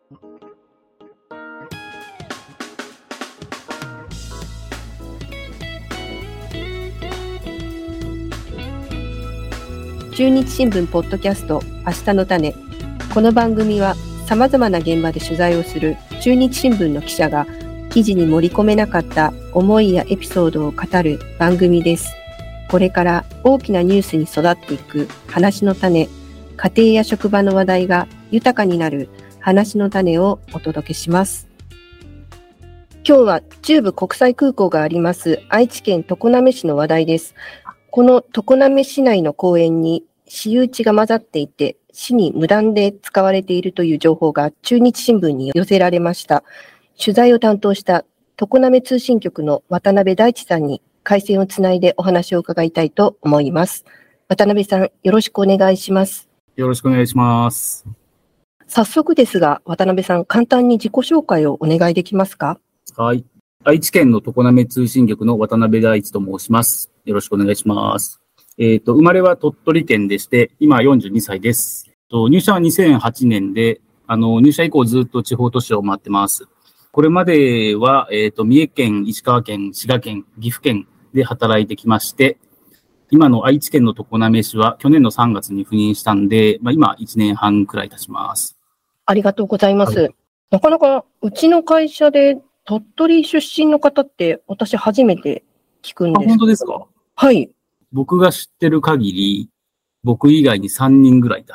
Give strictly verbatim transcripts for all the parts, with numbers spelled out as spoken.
中日新聞ポッドキャスト明日の種。この番組はさまざまな現場で取材をする中日新聞の記者が記事に盛り込めなかった思いやエピソードを語る番組です。これから大きなニュースに育っていく話の種、家庭や職場の話題が豊かになる話の種をお届けします。今日は中部国際空港があります愛知県常滑市の話題です。この常滑市内の公園に私有地が混ざっていて、市に無断で使われているという情報が中日新聞に寄せられました。取材を担当した常滑通信局の渡辺大地さんに回線をつないでお話を伺いたいと思います。渡辺さん、よろしくお願いします。 よろしくお願いします。 早速ですが、渡辺さん、簡単に自己紹介をお願いできますか？ はい。愛知県の常滑通信局の渡辺大地と申します。よろしくお願いします。えっと、生まれは鳥取県でして、今よんじゅうにさいです。と入社はにせんはちねんで、あの、入社以降ずっと地方都市を回ってます。これまでは、えっと、三重県、石川県、滋賀県、岐阜県で働いてきまして、今の愛知県の常滑市は去年のさんがつに赴任したんで、まあ、今いちねんはんくらい経ちます。 ありがとうございます。 はい、 なかなかうちの会社で鳥取出身の方って私初めて聞くんですけど。 あ、本当ですか？ はい。 僕が知ってる限り、僕以外にさんにんぐらいです。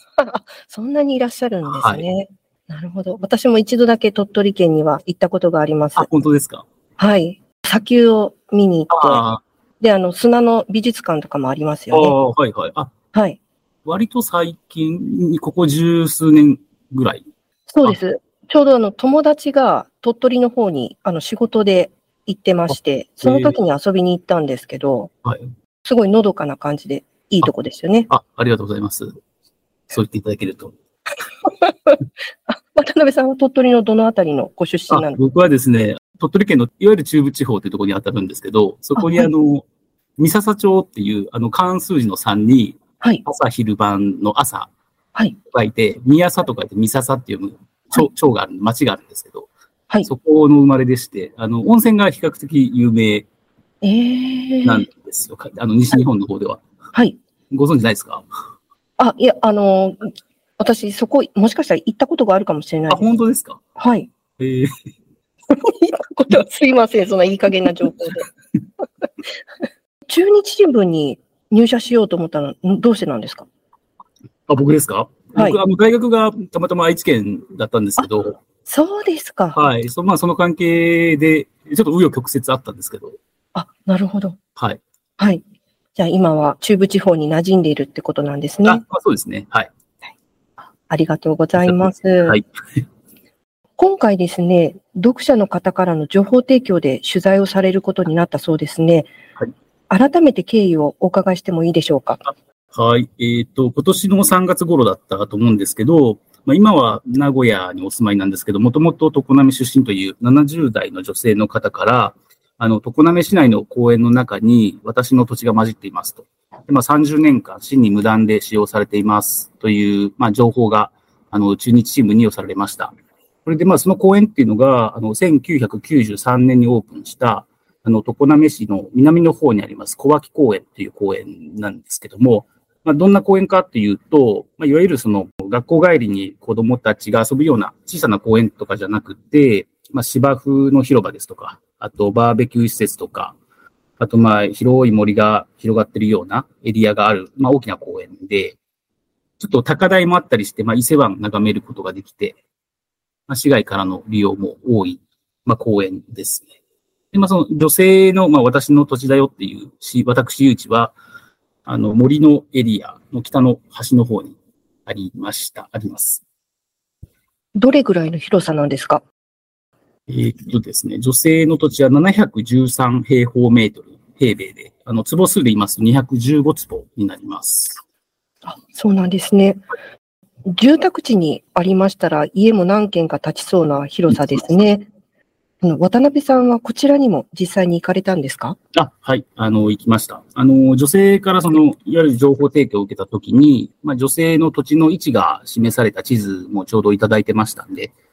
そんなにいらっしゃるんですね。はい、なるほど。私も一度だけ鳥取県には行ったことがあります。 あ、本当ですか？ はい。砂丘を見に行って、で、あの、砂の美術館とかもありますよね。 ああ、はいはい。あ、はい。割と最近、ここ十数年ぐらい。 そうです。ちょうどあの、友達が鳥取の方に、あの、仕事で行ってまして、その時に遊びに行ったんですけど、はい。すごいのどかな感じで、いいとこですよね。 あ、ありがとうございます。そう言っていただけると。 渡辺さんは鳥取のどのあたりのご出身なの？ 僕はですね、鳥取県のいわゆる中部地方というところに当たるんですけど、そこにあの、はい、三笹町っていう、あの、漢数字のさんに、はい、朝昼晩の朝、はい。書いて、宮佐と書いて三笹っていう町、町がある、町があるんですけど、はい。そこの生まれでして、あの、温泉が比較的有名なんですよ。えー、あの、西日本の方では。はい。ご存知ないですか？ あ、いや、あの、私、そこ、もしかしたら行ったことがあるかもしれないです。 あ、本当ですか？ はい。 えー、 行ったことはすいません、そんないい加減な情報で。中日新聞に入社しようと思ったのはどうしてなんですか？ あ、僕ですか？はい。僕、あの、大学がたまたま愛知県だったんですけど。 そうですか。 はい。そ、まあ、その関係で、ちょっと紆余曲折あったんですけど。 あ、なるほど。 はい。 はい。じゃあ今は中部地方に馴染んでいるってことなんですね。 あ、まあ、そうですね。はい。 ありがとうございます。はい。今回ですね、読者の方からの情報提供で取材をされることになったそうですね。はい。改めて経緯をお伺いしてもいいでしょうか。 はい。えっと、今年のさんがつ頃だったと思うんですけど、まあ、今は名古屋にお住まいなんですけど、もともと常滑出身というななじゅうだいの女性の方から、あの、常滑市内の公園の中に私の土地が混じっていますと。で、まあ、さんじゅうねんかん市に無断で使用されていますという、まあ、情報が、あの、中日新聞に寄せられました。これで、まあ、その公園っていうのが、あの、せんきゅうひゃくきゅうじゅうさんねんにオープンした、あの、常滑市の南の方にあります小脇公園っていう公園なんですけども、まあ、どんな公園かっていうと、まあ、いわゆるその学校帰りに子供たちが遊ぶような小さな公園とかじゃなくて、まあ、芝生の広場ですとか、あとバーベキュー施設とか、あとまあ広い森が広がってるようなエリアがある、まあ大きな公園で、ちょっと高台もあったりして、まあ伊勢湾眺めることができて、まあ市外からの利用も多い、まあ公園ですね。で、まあその女性の、まあ私の土地だよっていうし、私有地は、あの森のエリアの北の端の方にありました、あります。 どれぐらいの広さなんですか？ えーっとですね、女性の土地はななひゃくじゅうさんへいほうメートル、平米で、あの、坪数で言いますとにひゃくじゅうごつぼになります。 あ、そうなんですね。住宅地にありましたら、家も何軒か建ちそうな広さですね。渡辺さんはこちらにも実際に行かれたんですか？ あ、はい、あの、行きました。あの、女性からその、いわゆる情報提供を受けたときに、まあ、女性の土地の位置が示された地図もちょうどいただいてましたんで、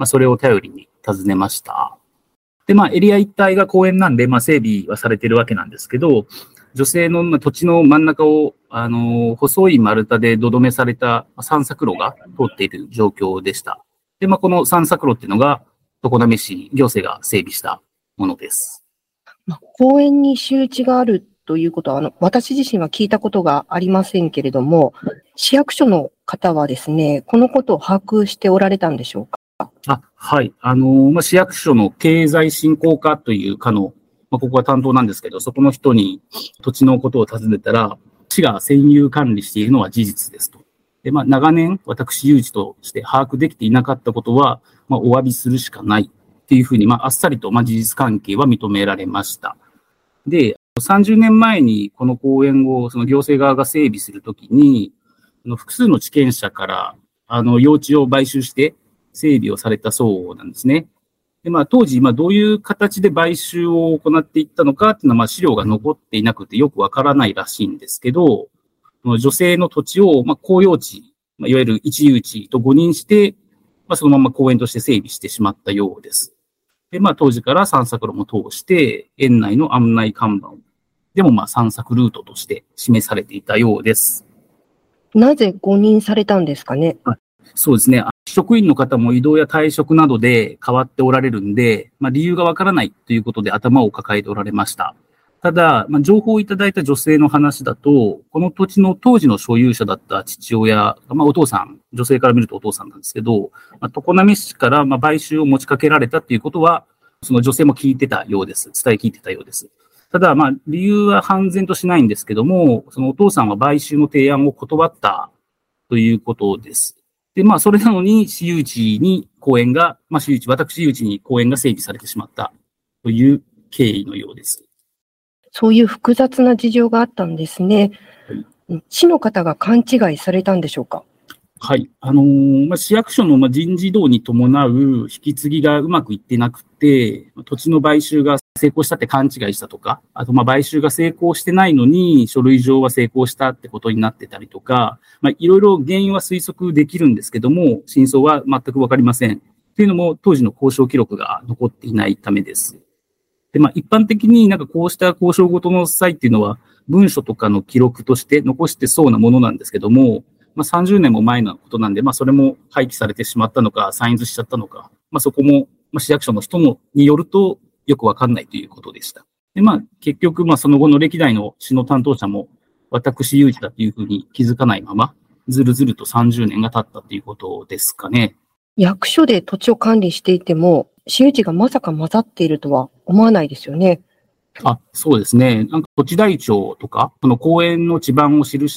まあ、それを頼りに訪ねました。で、まあ、エリア一帯が公園なんで、まあ、整備はされてるわけなんですけど、女性の、まあ、土地の真ん中を、あのー、細い丸太で土留めされた散策路が通っている状況でした。で、まあ、この散策路っていうのが、常滑市行政が整備したものです。 まあ、公園に私有地があるということは、あの、私自身は聞いたことがありませんけれども、市役所の方はですね、このことを把握しておられたんでしょうか？ あ、はい。あのー、まあ、市役所の経済振興課という課の、まあ、ここが担当なんですけど、そこの人に土地のことを尋ねたら、市が占有管理しているのは事実ですと。で、まあ、長年、私有地として把握できていなかったことは、まあ、お詫びするしかないっていうふうに、まあ、あっさりと、まあ、事実関係は認められました。で、さんじゅうねんまえにこの公園をその行政側が整備するときに、複数の地権者から、あの、用地を買収して、整備をされたそうなんですね。で、まあ当時、まあどういう形で買収を行っていったのかっていうのは、まあ資料が残っていなくてよくわからないらしいんですけど、女性の土地を、まあ公用地、まあ、いわゆる一有地と誤認して、まあそのまま公園として整備してしまったようです。で、まあ当時から散策路も通して、園内の案内看板でもまあ散策ルートとして示されていたようです。 なぜ誤認されたんですかね？ そうですね。職員の方も異動や退職などで変わっておられるんで、まあ、理由がわからないということで頭を抱えておられました。ただ、まあ、情報をいただいた女性の話だと、この土地の当時の所有者だった父親、まあ、お父さん、女性から見るとお父さんなんですけど、まあ、常滑市からまあ買収を持ちかけられたということは、その女性も聞いてたようです。伝え聞いてたようです。ただ、まあ、理由は判然としないんですけども、そのお父さんは買収の提案を断ったということです。で、まあ、それなのに、私有地に公園が、まあ、私有地、私有地に公園が整備されてしまったという経緯のようです。 そういう複雑な事情があったんですね。はい、市の方が勘違いされたんでしょうか？ はい。あのー、まあ、市役所のまあ人事異動に伴う引き継ぎがうまくいってなくて、土地の買収が成功したって勘違いしたとか、あとまあ買収が成功してないのに書類上は成功したってことになってたりとか、まあ、いろいろ原因は推測できるんですけども、真相は全くわかりません。というのも当時の交渉記録が残っていないためです。で、まあ一般的になんかこうした交渉ごとの際っていうのは文書とかの記録として残してそうなものなんですけども、まあ、さんじゅうねんも前のことなんで、まあ、それも廃棄されてしまったのか、サインズしちゃったのか、まあ、そこも、まあ、市役所の人のによるとよくわかんないということでした。で、まあ、結局、まあ、その後の歴代の市の担当者も、私有事だというふうに気づかないまま、ずるずるとさんじゅうねんが経ったということですかね。 役所で土地を管理していても、私有地がまさか混ざっているとは思わないですよね。 あ、そうですね。なんか土地台帳とか、その公園の地盤を記した、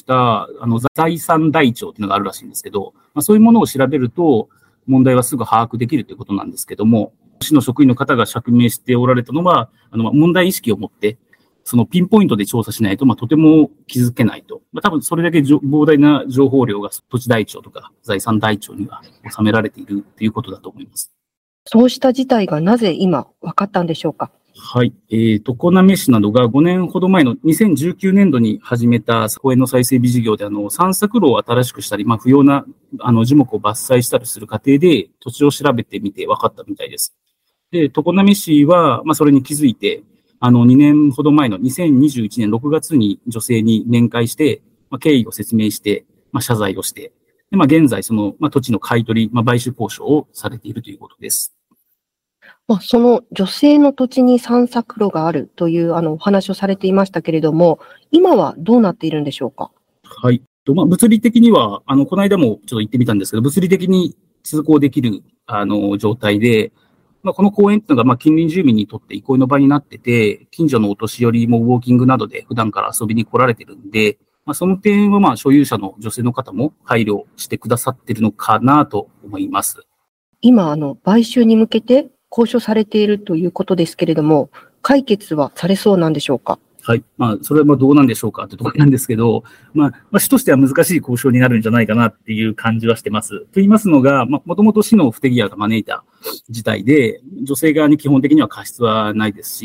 あの、財産台帳っていうのがあるらしいんですけど、まあ、そういうものを調べると、問題はすぐ把握できるということなんですけども、市の職員の方が釈明しておられたのは、あの、問題意識を持って、そのピンポイントで調査しないと、まあ、とても気づけないと。まあ、多分それだけ膨大な情報量が土地台帳とか財産台帳には収められているということだと思います。 そうした事態がなぜ今分かったんでしょうか？ はい。えー、常滑市などがごねんほど前のにせんじゅうきゅうねんどに始めた公園の再整備事業で、あの、散策路を新しくしたり、まあ、不要な、あの、樹木を伐採したりする過程で、土地を調べてみて分かったみたいです。で、常滑市は、まあ、それに気づいて、あの、にねんほど前のにせんにじゅういちねんろくがつに女性に面会して、まあ、経緯を説明して、まあ、謝罪をして、で、まあ、現在、その、まあ、土地の買い取り、まあ、買収交渉をされているということです。 まあ、その女性の土地に散策路があるというあのお話をされていましたけれども、今はどうなっているんでしょうか？ はい。まあ、物理的には、あの、この間もちょっと言ってみたんですけど、物理的に通行できる、あの、状態で、まあ、この公園っていうのが、まあ、近隣住民にとって憩いの場になってて、近所のお年寄りもウォーキングなどで普段から遊びに来られてるんで、まあ、その点は、まあ、所有者の女性の方も配慮してくださってるのかなと思います。 今、あの、買収に向けて交渉されているということですけれども、解決はされそうなんでしょうか？ はい。まあ、それはどうなんでしょうかってところなんですけど、まあ、まあ、市としては難しい交渉になるんじゃないかなっていう感じはしてます。と言いますのが、まあ、もともと市の不手際が招いた事態で、女性側に基本的には過失はないですし、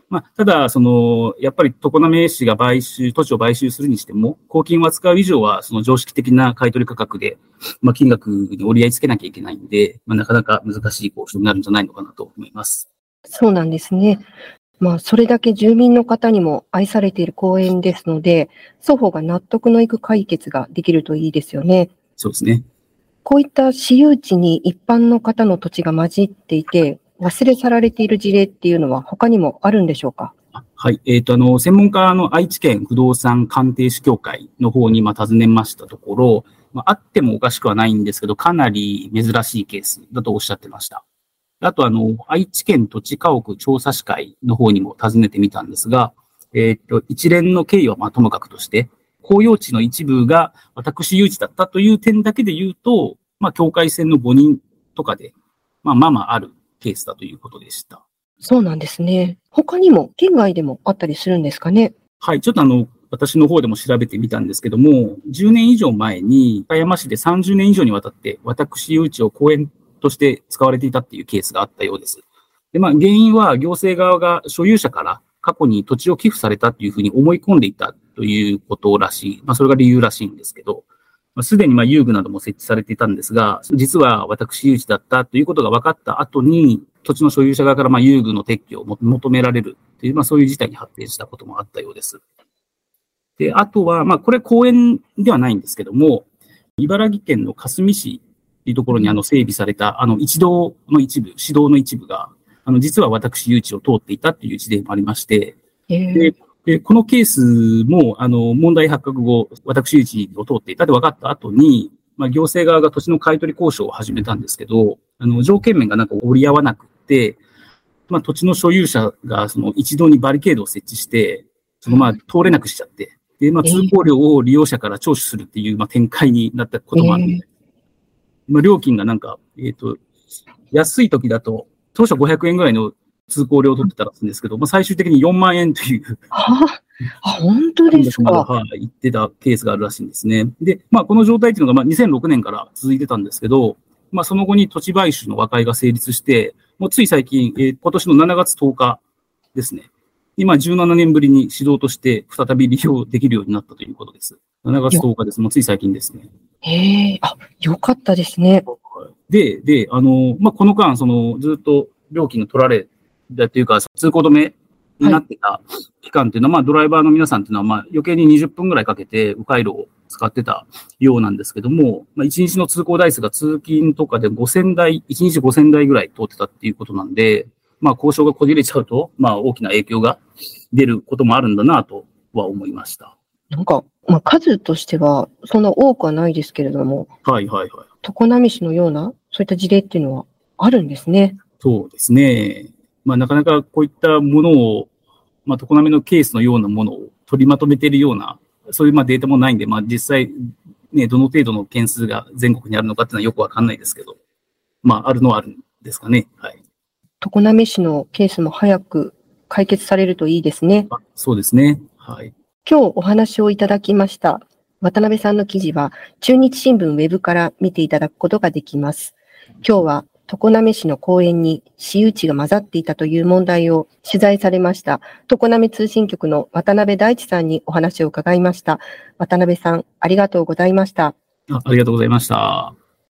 まあ、ただ、その、やっぱり常滑市が買収、土地を買収するにしても、公金を扱う以上は、その常識的な買取価格で、まあ、金額に折り合いつけなきゃいけないんで、まあ、なかなか難しい交渉になるんじゃないのかなと思います。 そうなんですね。まあ、それだけ住民の方にも愛されている公園ですので、双方が納得のいく解決ができるといいですよね。 そうですね。 こういった私有地に一般の方の土地が混じっていて、忘れ去られている事例っていうのは他にもあるんでしょうか？ はい。えっと、あの、専門家の愛知県不動産鑑定士協会の方に、まあ、尋ねましたところ、まあ、あってもおかしくはないんですけど、かなり珍しいケースだとおっしゃってました。あと、あの、愛知県土地家屋調査士会の方にも尋ねてみたんですが、えっと、一連の経緯はまあともかくとして、公用地の一部が私有地だったという点だけで言うと、まあ、境界線の誤認とかで、まあ、まあまああるケースだということでした。 そうなんですね。他にも、県外でもあったりするんですかね？ はい、ちょっとあの、私の方でも調べてみたんですけども、じゅうねん以上前に、岡山市でさんじゅうねん以上にわたって、私有地を公園として使われていたっていうケースがあったようです。で、まあ、原因は行政側が所有者から過去に土地を寄付されたというふうに思い込んでいたということらしい。まあ、それが理由らしいんですけど、まあ、すでにまあ遊具なども設置されていたんですが、実は私有地だったということが分かった後に、土地の所有者側からまあ遊具の撤去を求められるという、まあそういう事態に発展したこともあったようです。で、あとは、まあこれ公園ではないんですけども、茨城県のかすみ市というところにあの整備されたあの一道の一部、市道の一部が、あの実は私有地を通っていたという事例もありまして、ででこのケースもあの問題発覚後、私有地を通っていたと分かった後に、まあ行政側が土地の買取交渉を始めたんですけど、あの条件面がなんか折り合わなくて、まあ土地の所有者がその一道にバリケードを設置して、そのまあ通れなくしちゃって、で、まあ通行料を利用者から徴収するっていうまあ展開になったこともあるので、えー、まあ料金がなんか、えっと、安い時だと、当初ごひゃくえんぐらいの通行料を取ってたらしいんですけど、まあ最終的によんまんえんという。 ああ、本当ですか。 はい、言ってたケースがあるらしいんですね。で、まあこの状態っていうのがまあにせんろくねんから続いてたんですけど、まあその後に土地買収の和解が成立して、もうつい最近、えー、今年のしちがつとおかですね。今じゅうななねんぶりに指導として再び利用できるようになったということです。しちがつとおかです。もうつい最近ですね。 へえ、あ、よかったですね。 で、で、あの、まあ、この間、その、ずっと料金が取られたというか、通行止めになってた期間っていうのは、はい、まあ、ドライバーの皆さんっていうのは、まあ、余計ににじゅっぷんぐらいかけて、迂回路を使ってたようなんですけども、まあ、いちにちの通行台数が通勤とかでごせんだい、いちにちごせんだいぐらい通ってたっていうことなんで、まあ、交渉がこじれちゃうと、まあ、大きな影響が出ることもあるんだなとは思いました。 なんか、まあ、数としては、そんな多くはないですけれども、 はいはいはい。 常滑市のような、そういった事例っていうのはあるんですね。 そうですね。まあ、なかなかこういったものを、まあ、常滑のケースのようなものを取りまとめているような、そういうまあデータもないんで、まあ、実際、ね、どの程度の件数が全国にあるのかっていうのはよくわかんないですけど、まあ、あるのはあるんですかね。はい。 常滑市のケースも早く解決されるといいですね。 あ、そうですね。はい。 今日お話をいただきました渡辺さんの記事は中日新聞ウェブから見ていただくことができます。今日は常滑市の公園に私有地が混ざっていたという問題を取材されました常滑通信局の渡辺大地さんにお話を伺いました。渡辺さん、ありがとうございました。 あ、ありがとうございました。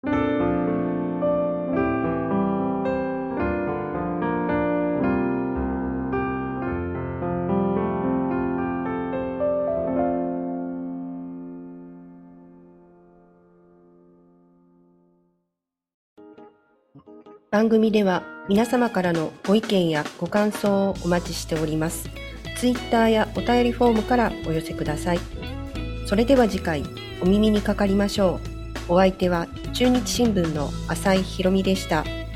番組では皆様からのご意見やご感想をお待ちしております。ツイッターやお便りフォームからお寄せください。それでは次回お耳にかかりましょう。お相手は中日新聞の浅井ひろみでした。